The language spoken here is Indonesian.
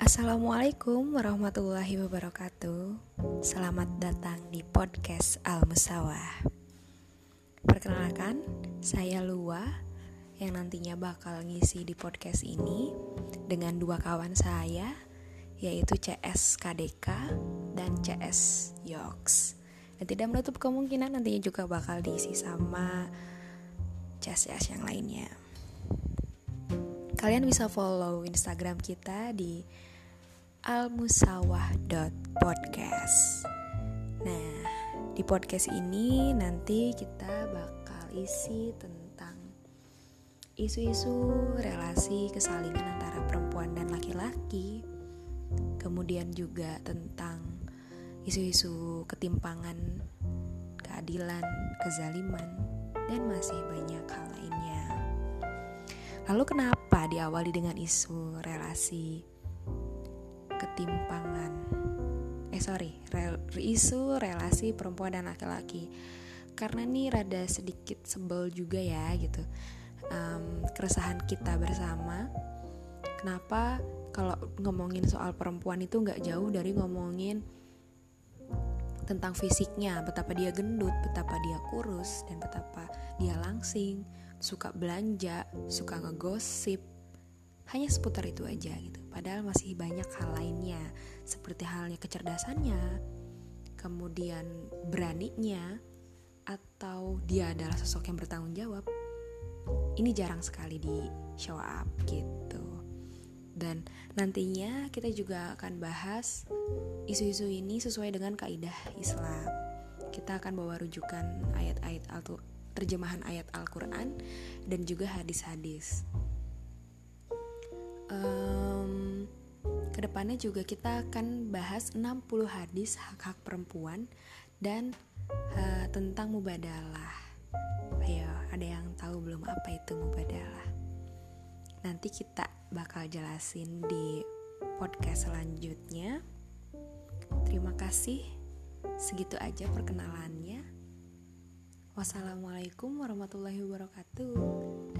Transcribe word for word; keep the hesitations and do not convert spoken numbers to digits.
Assalamualaikum warahmatullahi wabarakatuh. Selamat datang di podcast Al-Musawah. Perkenalkan, saya Lua yang nantinya bakal ngisi di podcast ini dengan dua kawan saya, yaitu C S K D K dan C S Yoks. Dan tidak menutup kemungkinan nantinya juga bakal diisi sama C S C S yang lainnya. Kalian bisa follow Instagram kita di almusawah dot podcast. Nah, di podcast ini nanti kita bakal isi tentang isu-isu relasi kesalingan antara perempuan dan laki-laki. Kemudian juga tentang isu-isu ketimpangan, keadilan, kezaliman, dan masih banyak hal lainnya. Lalu kenapa diawali dengan isu relasi ketimpangan Eh sorry re, isu relasi perempuan dan laki-laki? Karena ini rada sedikit sebel juga ya gitu, um, keresahan kita bersama. Kenapa kalau ngomongin soal perempuan itu gak jauh dari ngomongin tentang fisiknya, betapa dia gendut, betapa dia kurus, dan betapa dia langsing, suka belanja, suka ngegosip. Hanya seputar itu aja gitu. Padahal masih banyak hal lainnya, seperti halnya kecerdasannya, kemudian beraninya, atau dia adalah sosok yang bertanggung jawab. Ini jarang sekali di show up gitu. Dan nantinya kita juga akan bahas isu-isu ini sesuai dengan kaidah Islam. Kita akan bawa rujukan ayat-ayat al- terjemahan ayat Al-Quran dan juga hadis-hadis. Um, Kedepannya juga kita akan bahas enam puluh hadis hak-hak perempuan dan uh, tentang mubadalah. Ayo, ada yang tahu belum apa itu mubadalah? Nanti kita bakal jelasin di podcast selanjutnya. Terima kasih. Segitu aja perkenalannya. Wassalamualaikum warahmatullahi wabarakatuh.